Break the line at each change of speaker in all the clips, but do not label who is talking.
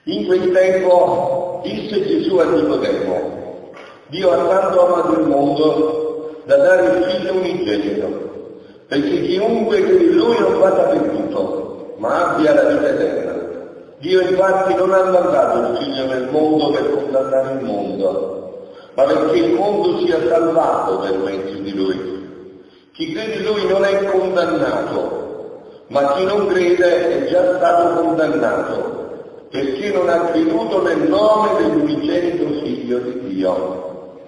In quel tempo disse Gesù a Nicodemo: Dio ha tanto amato il mondo da dare il figlio unigenito, perché chiunque crede in lui non vada perduto, ma abbia la vita eterna. Dio infatti non ha mandato il figlio nel mondo per condannare il mondo, ma perché il mondo sia salvato per mezzo di lui. Chi crede in lui non è condannato, ma chi non crede è già stato condannato, perché non ha creduto nel nome dell'unigenito Figlio di Dio.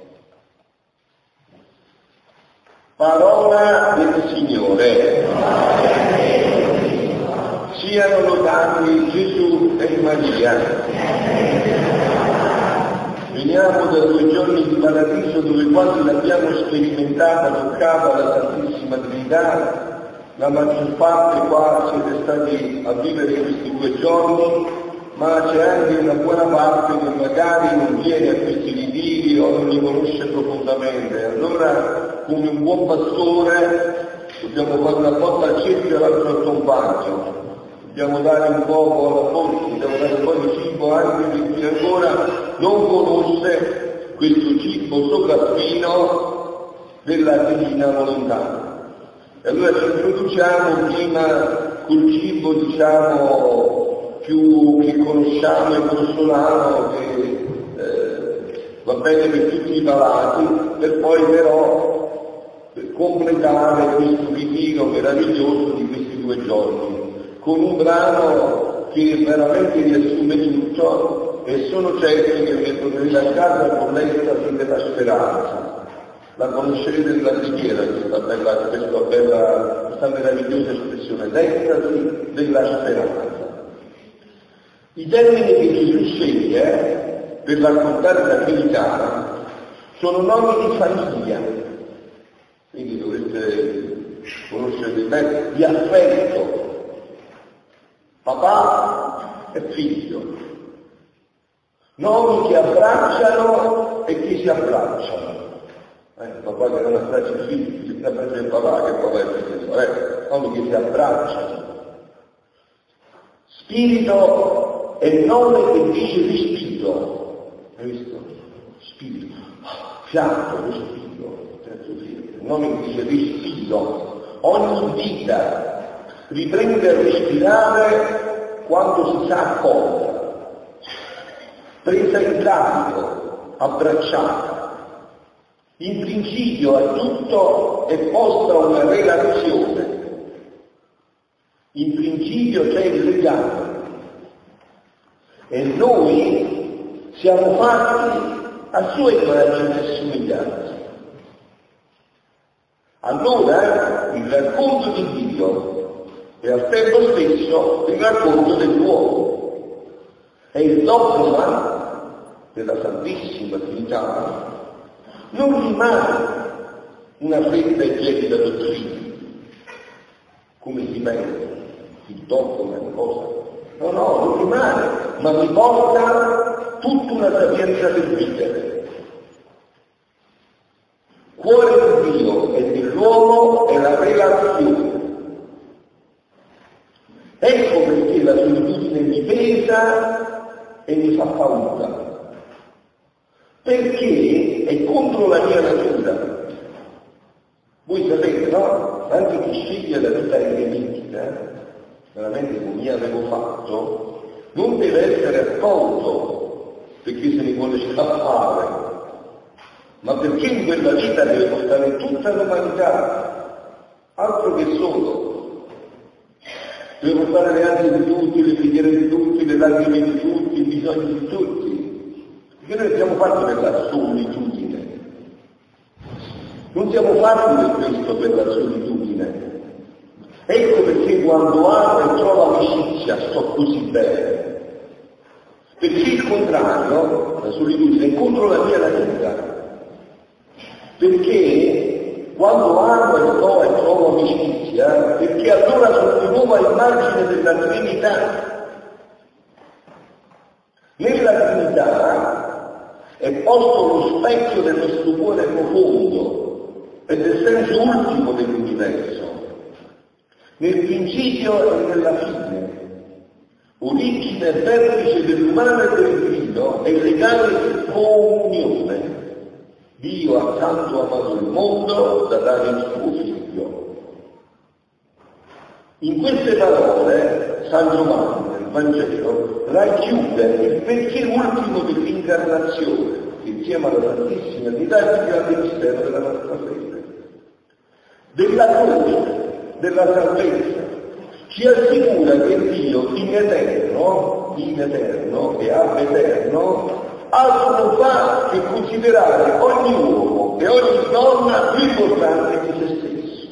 Parola del Signore. Siano lodati Gesù e Maria. Veniamo da 2 giorni di paradiso dove quasi l'abbiamo sperimentata, toccata la Santissima Trinità. La maggior parte qua siete stati a vivere questi 2 giorni, ma c'è anche una buona parte che magari non viene a questi ritiri o non li conosce profondamente. Allora, come un buon pastore, dobbiamo fare una botta al cerchio e l'altro al compagno. Dobbiamo dare un po' alla forza, dobbiamo dare un po' di cibo anche per chi ancora non conosce questo cibo sopraffino della divina volontà. E allora ci introduciamo prima col cibo, diciamo, più che conosciamo e consolano, che va bene per tutti i palati, per poi però completare questo ritiro meraviglioso di questi 2 giorni, con un brano che veramente riassume tutto, e sono certo che vi potrete a casa con l'estasi della speranza. La conoscerete nella preghiera, questa meravigliosa espressione, l'estasi della speranza. I termini che Gesù sceglie per raccontare la Trinità sono nomi di famiglia, quindi dovrete conoscere bene, di affetto, papà e figlio, nomi che abbracciano e che si abbracciano. Papà che non abbraccia il figlio, che abbraccia il papà, che papà è il figlio, nomi che si abbracciano. Spirito è il nome che dice respiro, hai visto? Spirito, fiato, respiro, terzo figlio, il nome che dice respiro. Ogni vita riprende a respirare quando si sa accorta, presa in carico, abbracciata. In principio a tutto è posta una relazione, in principio c'è il legame, e noi siamo fatti a sua immagine e somiglianza. Allora il racconto di Dio è al tempo stesso il racconto dell'uomo, e il dogma della Santissima Trinità non rimane una fredda e gelida dottrina, come si pensa, il dogma è una cosa. No, non rimane, ma mi porta tutta una sapienza del vivere. Cuore di Dio e dell'uomo è la relazione. Ecco perché la solitudine mi pesa e mi fa paura. Perché è contro la mia natura. Voi sapete, no? Anche chi sceglie la vita eremitica, veramente come io avevo fatto, non deve essere accolto perché se ne vuole scappare, ma perché in quella vita deve portare tutta l'umanità, altro che solo. Deve portare le ansie di tutti, le preghiere di tutti, le lacrime di tutti, i bisogni di tutti. Perché noi siamo fatti per la solitudine. Non siamo fatti per questo, per la solitudine. Ecco perché quando amo e trovo amicizia sto così bene. Perché il contrario, la solitudine, è contro la mia natura. Perché quando amo e trovo amicizia, perché allora sono di nuovo a immagine della Trinità. Nella Trinità è posto lo specchio del nostro cuore profondo e del senso ultimo dell'universo, nel principio e nella fine. origine e vertice dell'umano e del divino, è il legame di comunione. Dio ha tanto amato il mondo da dare il suo figlio. In queste parole San Giovanni nel Vangelo racchiude il perché ultimo dell'incarnazione, che insieme alla Santissima Trinità è il grande mistero della nostra fede, della croce, della salvezza. Ci assicura che Dio in eterno e ab eterno, altro non fa che considerare ogni uomo e ogni donna più importante di se stesso.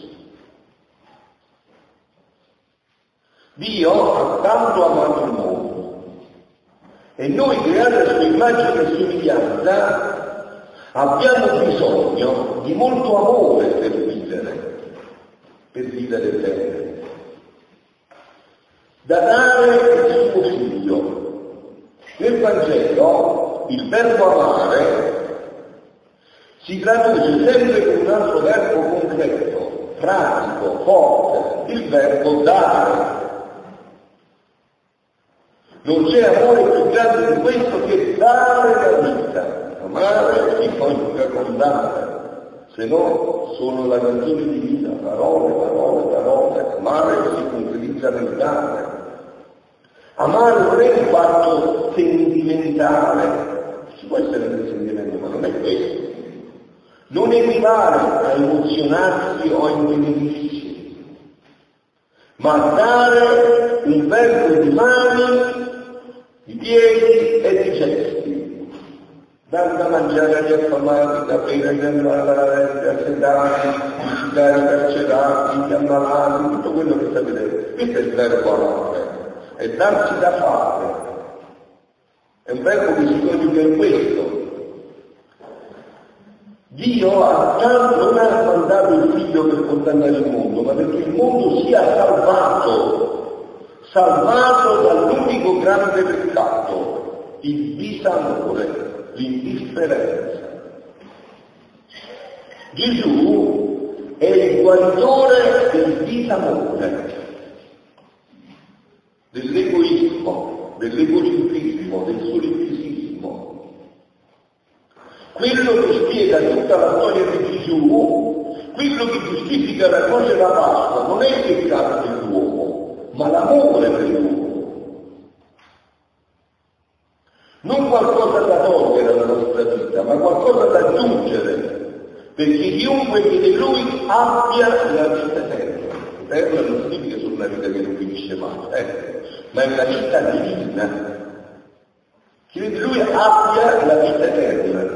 Dio ha tanto amato il mondo e noi, creati a sua immagine e somiglianza, abbiamo bisogno di molto amore per vivere bene, da dare il suo figlio. Nel Vangelo il verbo amare si traduce sempre con un altro verbo concreto, pratico, forte, il verbo dare. Non c'è amore più grande di questo che dare la vita. Amare si coniuga con dare, se no sono la canzone divina, parole, parole, parole. Amare si concretizza nel dare. Amare non è un fatto sentimentale, ci può essere un sentimento, ma non è questo. Non equivale a emozionarsi o a intenerirsi, ma dare un verbo di mani, di piedi e di gesti. Dare da mangiare agli affamati, da bere agli assedati, visitare i carcerati, gli ammalati, tutto quello che sapete. Questo è il verbo amare. È darsi da fare, è un verbo che si coniuga in questo. Dio non ha mandato il figlio per condannare il mondo, ma perché il mondo sia salvato dall'unico grande peccato, il disamore, l'indifferenza. Gesù è il guaritore del disamore, dell'egoismo, dell'egocentrismo, del solipsismo. Quello che spiega tutta la storia di Gesù, quello che giustifica la croce e la Pasqua, non è il peccato dell'uomo, ma l'amore per l'uomo. Non qualcosa da togliere alla nostra vita, ma qualcosa da aggiungere, perché chiunque crede in Lui abbia la vita eterna. Eterna non significa solo una vita che non finisce mai, ma è una vita divina. Chi crede in Lui abbia la vita eterna.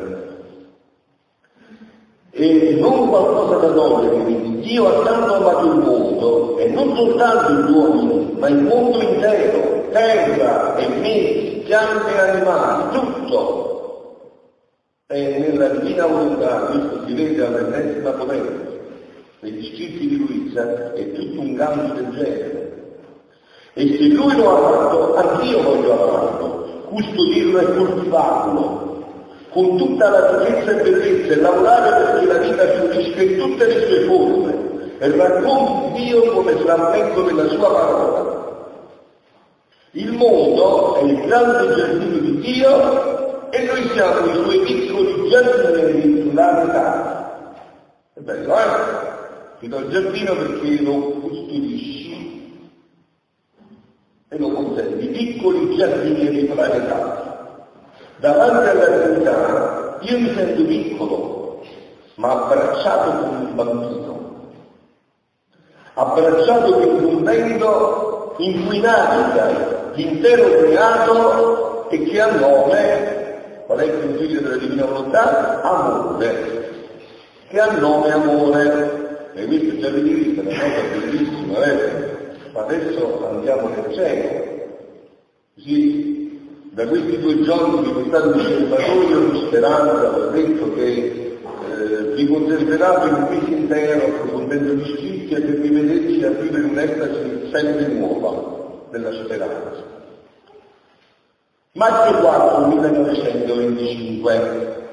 E non qualcosa da togliere, quindi Dio ha tanto amato il mondo, e non soltanto gli uomini, ma il mondo intero, terra e mezzi, piante e animali, tutto. E nella divina volontà, questo si vede all'ennesima potenza, negli scritti di Luisa, è tutto un cambio del genere. E se Lui lo ha fatto, anch'io voglio amarlo, custodirlo e coltivarlo, con tutta la saggezza e bellezza, e lavorare perché la vita fiorisca in tutte le sue forme, e racconti Dio come frammento della sua parola. Il mondo è il grande giardino di Dio, e noi siamo i suoi piccoli giardinieri sulla metà. È bello, Ti do il giardino perché lo custodisci e lo consenti, piccoli giardinieri planetari. Davanti alla Trinità io mi sento piccolo, ma abbracciato come un bambino, abbracciato per un vento in cui naviga l'intero creato e che ha nome, qual è il principio della divina volontà? Amore, che ha nome amore. E questo già vi dico, è una cosa bellissima, ma adesso andiamo nel cielo, così. Da questi 2 giorni vi portate un osservatorio di speranza, ho detto che vi conserverate un mese intero approfondendo gli scritti e per rivederci a vivere un'estasi sempre nuova della speranza. Maggio 4, 1925.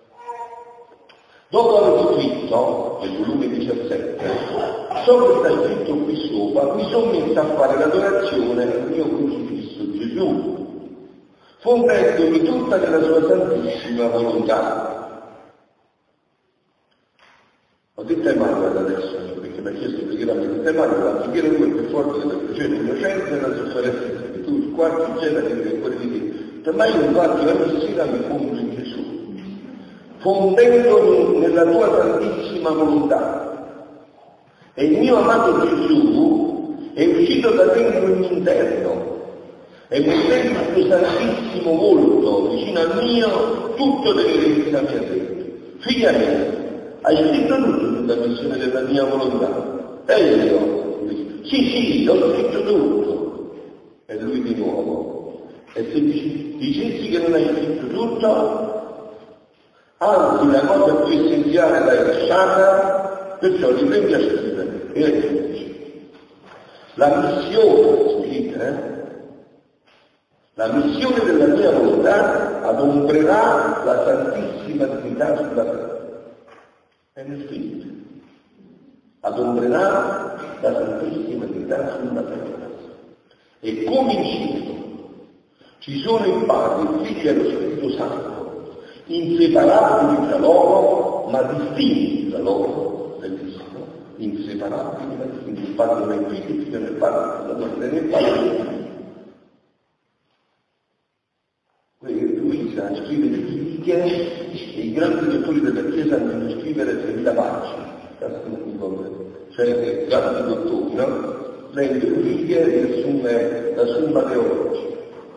Dopo aver scritto, nel volume 17, ciò che sta scritto qui sopra, mi sono messo a fare l'adorazione al mio crocifisso Gesù, fondendomi tutta nella sua santissima volontà. Ho detto ai Manuel adesso, perché mi ha chiesto di pregare, ho detto ai Manuel, la preghiera tua è più forte della croce, l'innocenza e la sofferenza, che tu il quarto genere che è quello di te. Per me io infatti ogni sera mi fondo in Gesù, fondendomi nella tua santissima volontà. E il mio amato Gesù è uscito da dentro il mio interno e mettendo il tuo santissimo volto vicino al mio, tutto dell'eredità mi ha detto: figlia mia, hai scritto tutto sulla missione della mia volontà? E io? Sì, ho scritto tutto. E lui di nuovo: e se dicessi che non hai scritto tutto? Anzi, la cosa più essenziale l'hai lasciata, perciò riprendi a scrivere. E aggiungi: la missione, scrivete, la missione della mia volontà adombrerà la Santissima Trinità sulla terra. È nel scritto. Adombrerà la Santissima Trinità sulla terra. E come in cielo ci sono il Padre, il Figlio e lo Spirito Santo, inseparabili tra loro, ma distinti tra loro, bellissimo, inseparabili ma distinti, il Padre nel Figlio, il Figlio nel Padre, la Madre nel Padre. Luisa scrive le righe e i grandi lettori della Chiesa hanno dovuto scrivere 3.000 pagine, cioè grandi dottori, no? Lei le righe riassume la summa teologica.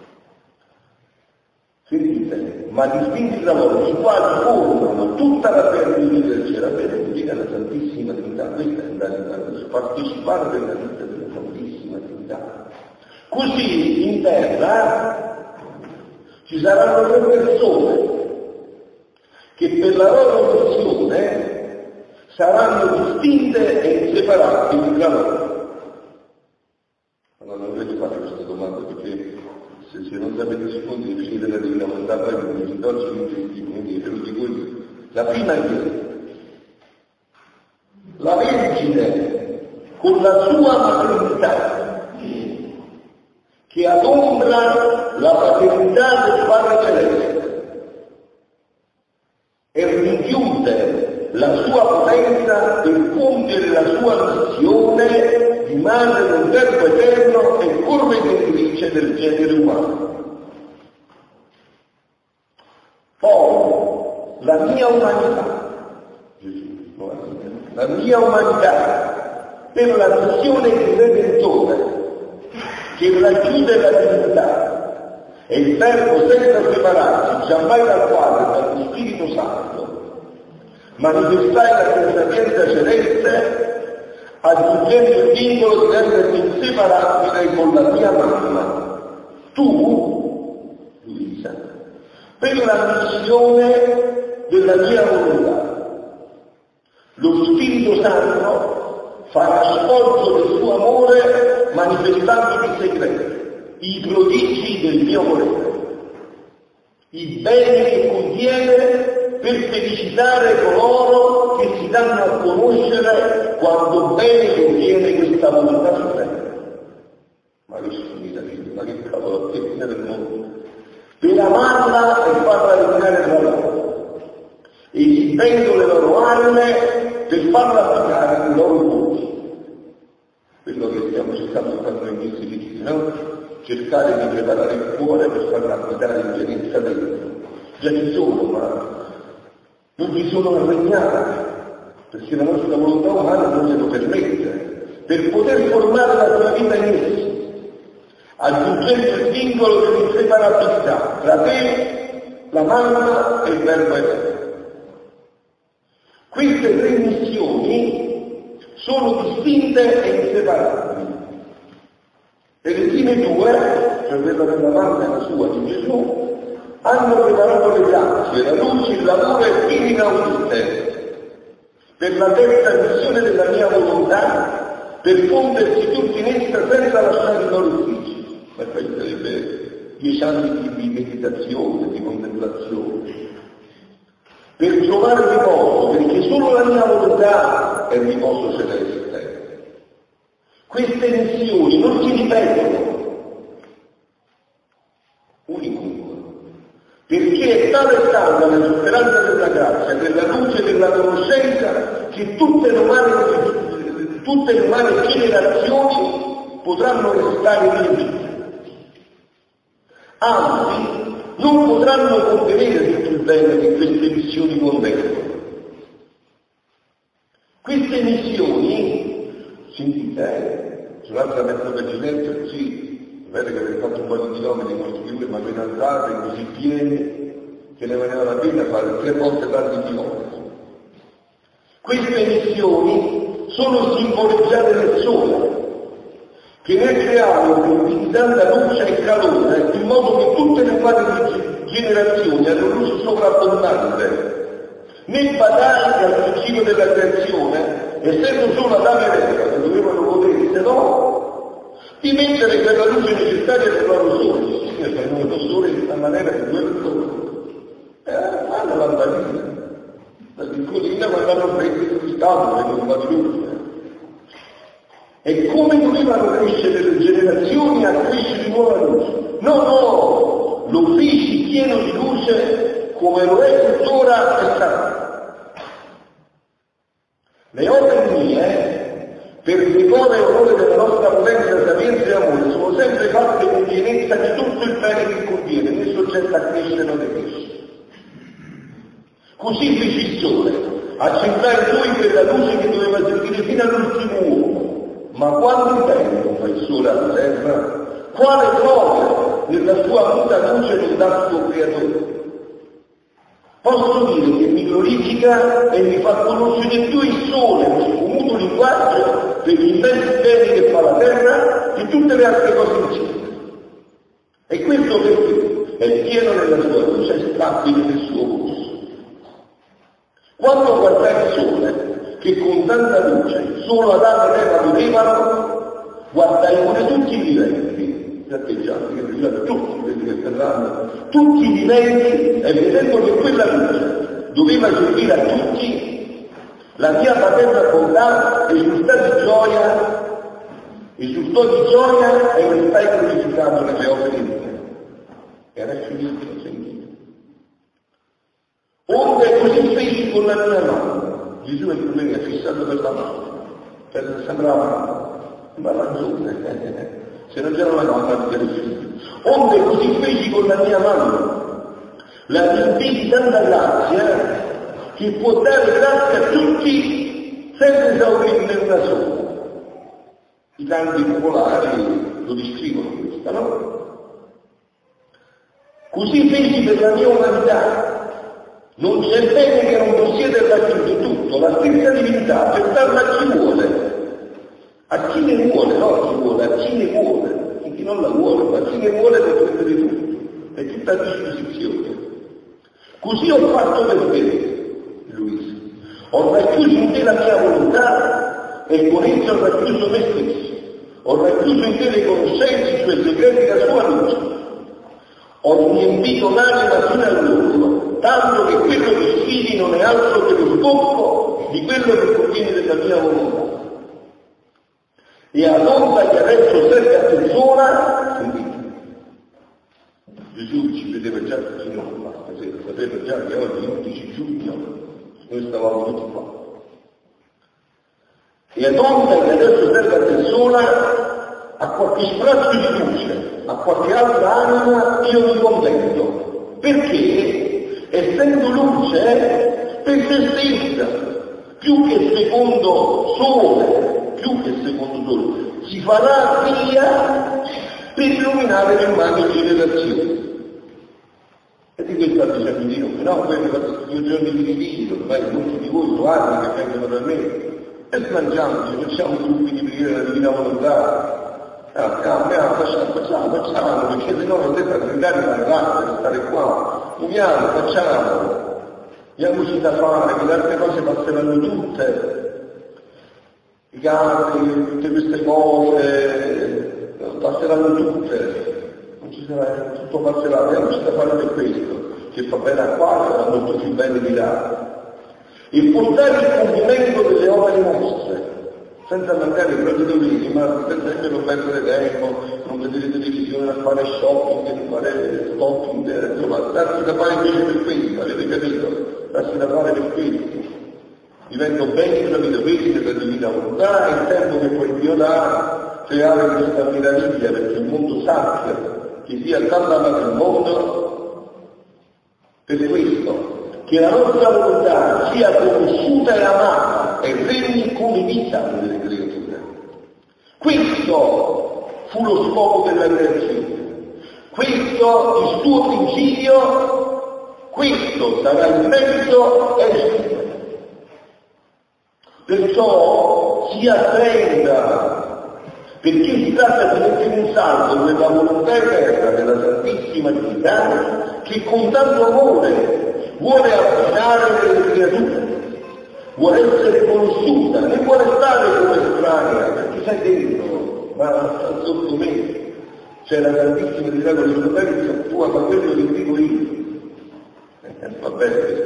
Sentite, ma distinti da loro, i quali formano tutta la beatitudine del cielo, beatitudine alla Santissima Trinità, questa è andare a partecipare della vita della Santissima Trinità. Così in terra ci saranno 3 persone che per la loro missione saranno distinte e inseparabili tra loro. Allora non voglio fare questa domanda perché se non sapete rispondere finite la Divina Volontà, poi mi ritorno quindi ve lo dico io. La prima è la Vergine con la sua maternità che adombra la paternità del Padre Celeste e richiude la sua potenza per compiere la sua missione di madre del Verbo eterno e corredentrice del genere umano. Poi la mia umanità, la mia umanità per la missione di Redentore che racchiude la divinità e il Verbo senza separarsi giammai dal Padre e dallo Spirito Santo, manifestai la tua sapienza celeste, aggiungendo il vincolo di essere inseparabile con la mia mamma, tu, Luisa, per la missione della mia volontà. Lo Spirito Santo farà sforzo del suo amore manifestando i segreti, i prodigi del mio volere, i beni che contiene per felicitare coloro che si danno a conoscere quanto bene contiene questa volontà suprema. Ma che sfinita figlio, ma che cavolo, che fine del mondo! Per amarla e farla regnare tra loro, e si vendono le loro anime per farla applicare nei loro cuori. Quello che stiamo cercando di fare noi questi visti, no? Cercare di preparare il cuore per farla applicare in pienezza dentro. Già ci sono, ma non ci sono regnati, perché la nostra volontà umana non ce lo permette, per poter formare la tua vita in essi, aggiungendo il vincolo dell'inseparabilità tra te, la mamma e il Verbo eterno. Queste 3 missioni sono distinte e inseparabili. E le prime 2, cioè quella della mamma e la sua di Gesù, hanno preparato le grazie, la luce, il lavoro e fini inaudite per la terza missione della mia volontà, per fondersi tutti in essa senza lasciare i loro uffici. Ma questo sarebbe 10 anni di meditazione, di contemplazione. Per trovare riposo, perché solo la mia volontà è il riposo celeste. Queste missioni non si ripetono. della luce della conoscenza che tutte le umane generazioni potranno restare riempite. Anzi, non potranno contenere tutto il bene che queste missioni contengono. Queste missioni, sentite, sull'altra mezza precedente, così, vedete che avete fatto un po' di chilometri con le chiude, ma ben alzate, così piene, che ne valeva la pena fare 3 volte tanti chilometri. Queste missioni sono simboleggiate nel sole, che nel creare con tanta luce e calore, in modo che tutte le umane generazioni hanno luce sovrabbondante. Nel badare al principio della creazione, essendo solo Adamo ed Eva che dovevano godere, se no, di mettere quella luce necessaria per loro sole. Sì, per il loro sole di questa maniera che quello fanno lampadina. La piccolina quando hanno preso il stato, vengono un po' di luce. E come dovevano crescere le generazioni a crescere di nuova luce? No, lo feci pieno di luce come lo è tuttora e sarà. Le opere mie, per vigore e onore della nostra potenza, sapienza e amore, sono sempre fatte con pienezza di tutto il bene che contiene, né soggetta a crescere o decrescere. Così fece il sole, a centrare lui quella luce che doveva servire fino all'ultimo uomo. Ma quando tempo fa il sole alla terra, quale gloria nella sua muta luce non dà il suo creatore? Posso dire che mi glorifica e mi fa conoscere più il sole, un muto linguaggio per gli immensi beni che fa la terra di tutte le altre cose insieme. E questo perché è pieno nella sua luce e stabile nel suo corso. Quando guardai il sole, che con tanta luce solo Adamo ed Eva vedevano, guardai pure tutti i viventi, tratteggiati, che arrivano tutti quelli che verranno, tutti i viventi, e vedendo che quella luce doveva servire a tutti, la mia paterna bontà esultò di gioia e non stai glorificato nelle opere mie. Era finito, sentito. Onde così feci con la mia mano. Gesù è il problema, è fissato per la mano, sembrava una ragione, se non c'era una cosa di Gesù. Onde così feci con la mia mano, la riempì di tanta grazia che può dare grazia a tutti senza esaurirne una sola. I tanti popolari lo descrivono questa, no? Così feci per la mia umanità. Non c'è bene che non possiede raggiunto tutto, la stessa divinità, per darla a chi vuole. A chi ne vuole, no a chi vuole, a chi ne vuole. E chi non la vuole, ma a chi ne vuole deve prendere tutto. È tutta a disposizione. Così ho fatto per te, Luisa. Ho racchiuso in te la mia volontà e con essa ho racchiuso me stesso. Ho racchiuso in te le conoscenze, i suoi segreti, la sua luce. Ho riempito l'anima fino all'orlo, tanto che quello che sfidi non è altro che lo sbocco di quello che proviene dalla mia volontà. E ad onda che adesso serve a persona, sentite, Gesù ci vedeva già fino a stasera, sapeva già che oggi 11 giugno noi stavamo tutti qua. E ad onda che adesso serve a persona, a qualche sprazzo di luce, a qualche altra anima, io mi contento. Perché, essendo luce, per se stessa, più che secondo sole, si farà via per illuminare le umane generazioni. E di questo sta dicendo Dio, no, quelli che fanno 2 giorni di ritiro, ormai molti di voi lo hanno che vengono da me, e mangiamoci, facciamo gruppi di preghiera della Divina Volontà. Facciamo, perché se no non deve gridare la ragazza per stare qua. Muoviamo, facciamo, diamoci da fare, che le altre cose passeranno tutte. I gatti, tutte queste cose, passeranno tutte. Non ci sarà, tutto passerà, diamoci da fare per questo, che fa bene a qua, sarà molto più bene di là. E portare il compimento delle opere nostre, senza mancare i propri doveri, ma senza non perdere tempo, non vedere televisione, a fare shopping, a fare shopping, insomma, darsi da fare invece per questo, avete capito? darsi da fare per questo. Divento ben capitolesi della divina volontà e il tempo che poi Dio dà, creare questa meraviglia perché il mondo sappia che sia tanto amato il mondo, per questo, che la nostra volontà sia conosciuta e amata e regni come vita nelle creature. Questo fu lo scopo della creazione. Questo il suo principio, questo sarà il mezzo e il fine. Perciò si attenda, perché si tratta di mettere in salvo quella volontà eterna della Santissima Trinità che con tanto amore vuole avvicinare le creature, vuole essere conosciuta, non vuole stare come estranea, perché sai dentro, ma sotto me c'è la Santissima Trinità con le sue mani che dice tu ma quello che dico io. Va bene,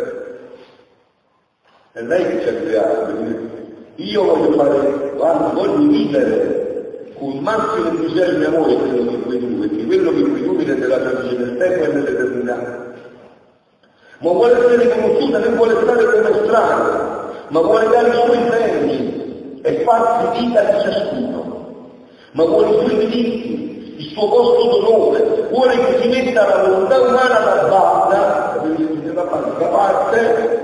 è lei che ci ha creato, io voglio fare, guarda, voglio vivere con il massimo entusiasmo e amore quello che vuoi tu, perché quello che vuoi tu viene della tradizione del tempo e dell'eternità. Ma vuole essere conosciuta, non vuole stare come strada, ma vuole dare i suoi beni e farsi vita di ciascuno, ma vuole i suoi diritti, il suo posto d'onore, vuole che si metta la volontà umana da parte,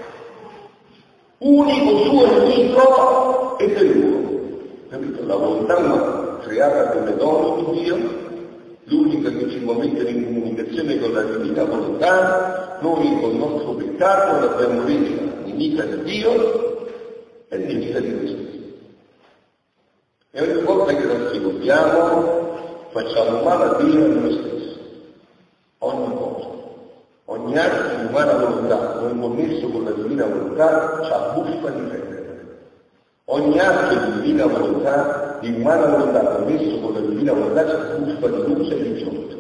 unico suo nemico e dell'uomo. Capito? La volontà umana, creata come dono di Dio, l'unica che ci può mettere in comunicazione con la divina volontà, noi con il nostro peccato l'abbiamo resa nemica di Dio e nemica di Cristo. E ogni volta che la secondiamo facciamo male a Dio e a noi stessi. Ogni volta. Ogni atto di umana volontà non connesso con la divina volontà ci abbuffa di fede. Ogni atto di divina volontà, di umana volontà connesso con la divina volontà ci abbuffa di luce e di gioia.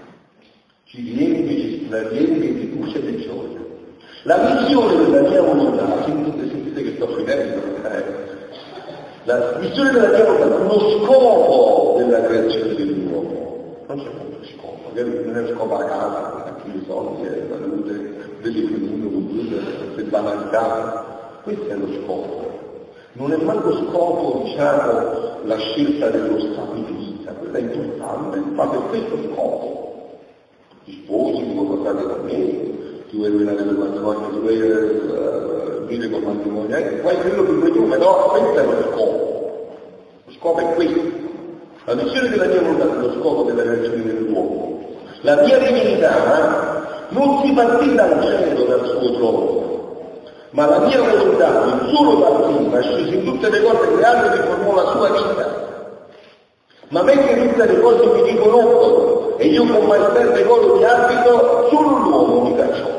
La riempie di luce e di gioia. La visione della mia volontà, sentite che sto finendo, la visione della mia volontà, lo scopo della creazione dell'uomo, non c'è molto scopo, non è lo scopo a casa, i soldi, la salute, delle computer, le banalità, questo è lo scopo. Non è mai lo scopo, diciamo, la scelta dello stato di vita, quella è importante, ma per questo scopo. Ti sposi, ti vuoi portare con me, ti vuoi rovinare il matrimonio, ti vuoi vivere col matrimonio, fai quello che vuoi tu, ma no, questo è lo scopo. Lo scopo è questo. La missione della mia volontà è lo scopo della creazione dell'uomo. La mia divinità non si partì dal cielo, dal suo trono, ma la mia volontà non solo partì, ma scese in tutte le cose create che formò la sua vita. Ma mentre tutte le cose mi riconoscono e io con maestà decoro di abito, solo l'uomo mi cacciò.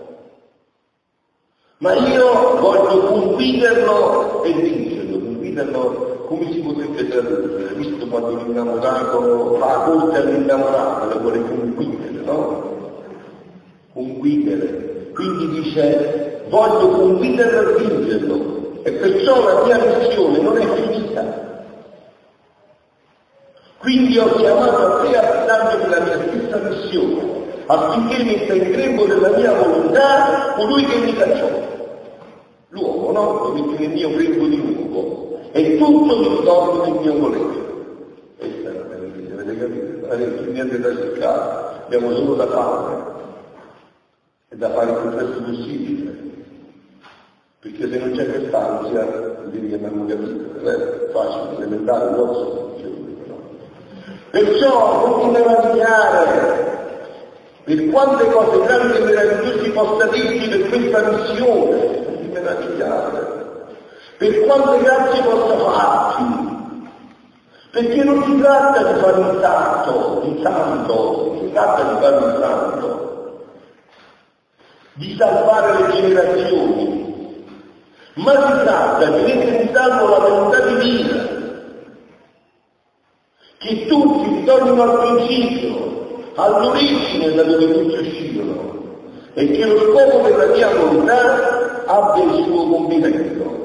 Ma io voglio conquiderlo e vincerlo, conquiderlo come si potrebbe tradurre, visto quando l'innamorato fa a corte all'innamorato, le vuole conquistere, no? Conquistere. Quindi dice, voglio conquiderlo e vincerlo, e perciò la mia missione non è finita. Quindi ho chiamato a te affidandomi la mia stessa missione, affinché metta in grembo della mia volontà colui che mi cacciò. L'uomo, no? Lo mette nel mio grembo di nuovo. E tutto mi ritorno del mio volere. Questa è la meraviglia, avete capito? Non c'è niente da cercare, abbiamo solo da fare. E da fare il più presto possibile. Perché se non c'è quest'ansia, vuol dire che non abbiamo capito. È facile, elementare, grosso. Perciò non ti meravigliare per quante cose grandi e meravigliose possa dirti per questa missione, non ti meravigliare. Per quante grazie possa farti, perché non si tratta di fare un santo, non si tratta di fare un santo, di salvare le generazioni, ma si tratta di mettere in salvo la volontà divina, che tutti ritornino al principio, all'origine da dove tutti uscirono, e che lo scopo della mia volontà abbia il suo compimento.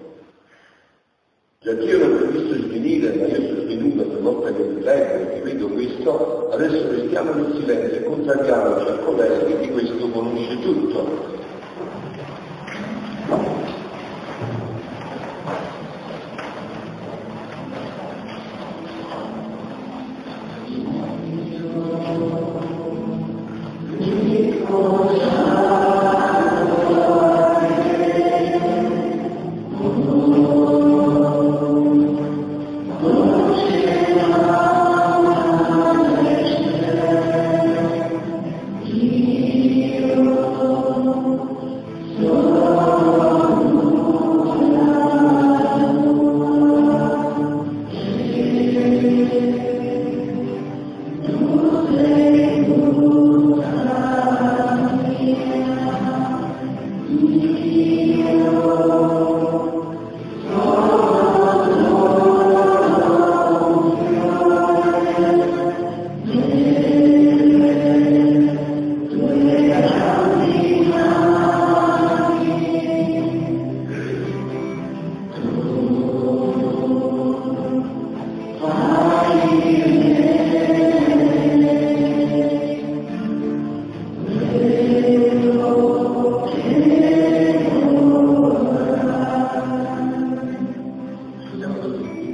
Già che io non ho previsto di venire, ma io sono venuto per volta che mi leggo e vedo questo, adesso restiamo nel silenzio e consagliamoci al collega che di questo conosce tutto.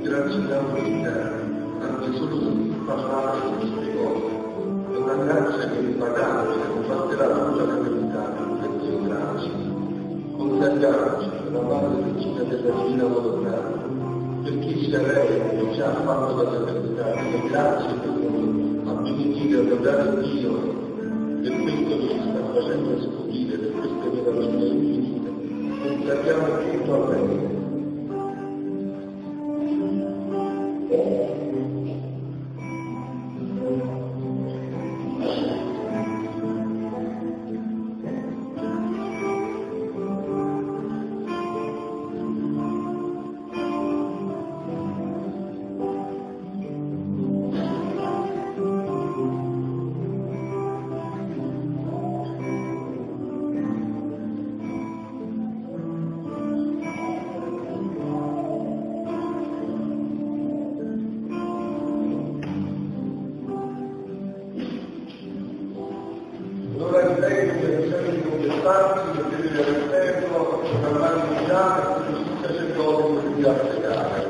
grazie alla vita, anche solo di parlare di queste cose. È una grazia che è impagabile, non basterà tutta la verità per Dio grazie. Consacriamoci alla Madre Regina della Divina Volontà, per chi sia lei che ci ha fatto la fraternità, e grazie per noi, a benedire, a lodare Dio per questo che ci sta facendo scoprire, per queste meraviglie infinite. Consacriamo tutto a lei. Allora il tempo che siamo in contestarci, perché deve avere tempo, per parlare di già, e così sacerdote per guidare le gare.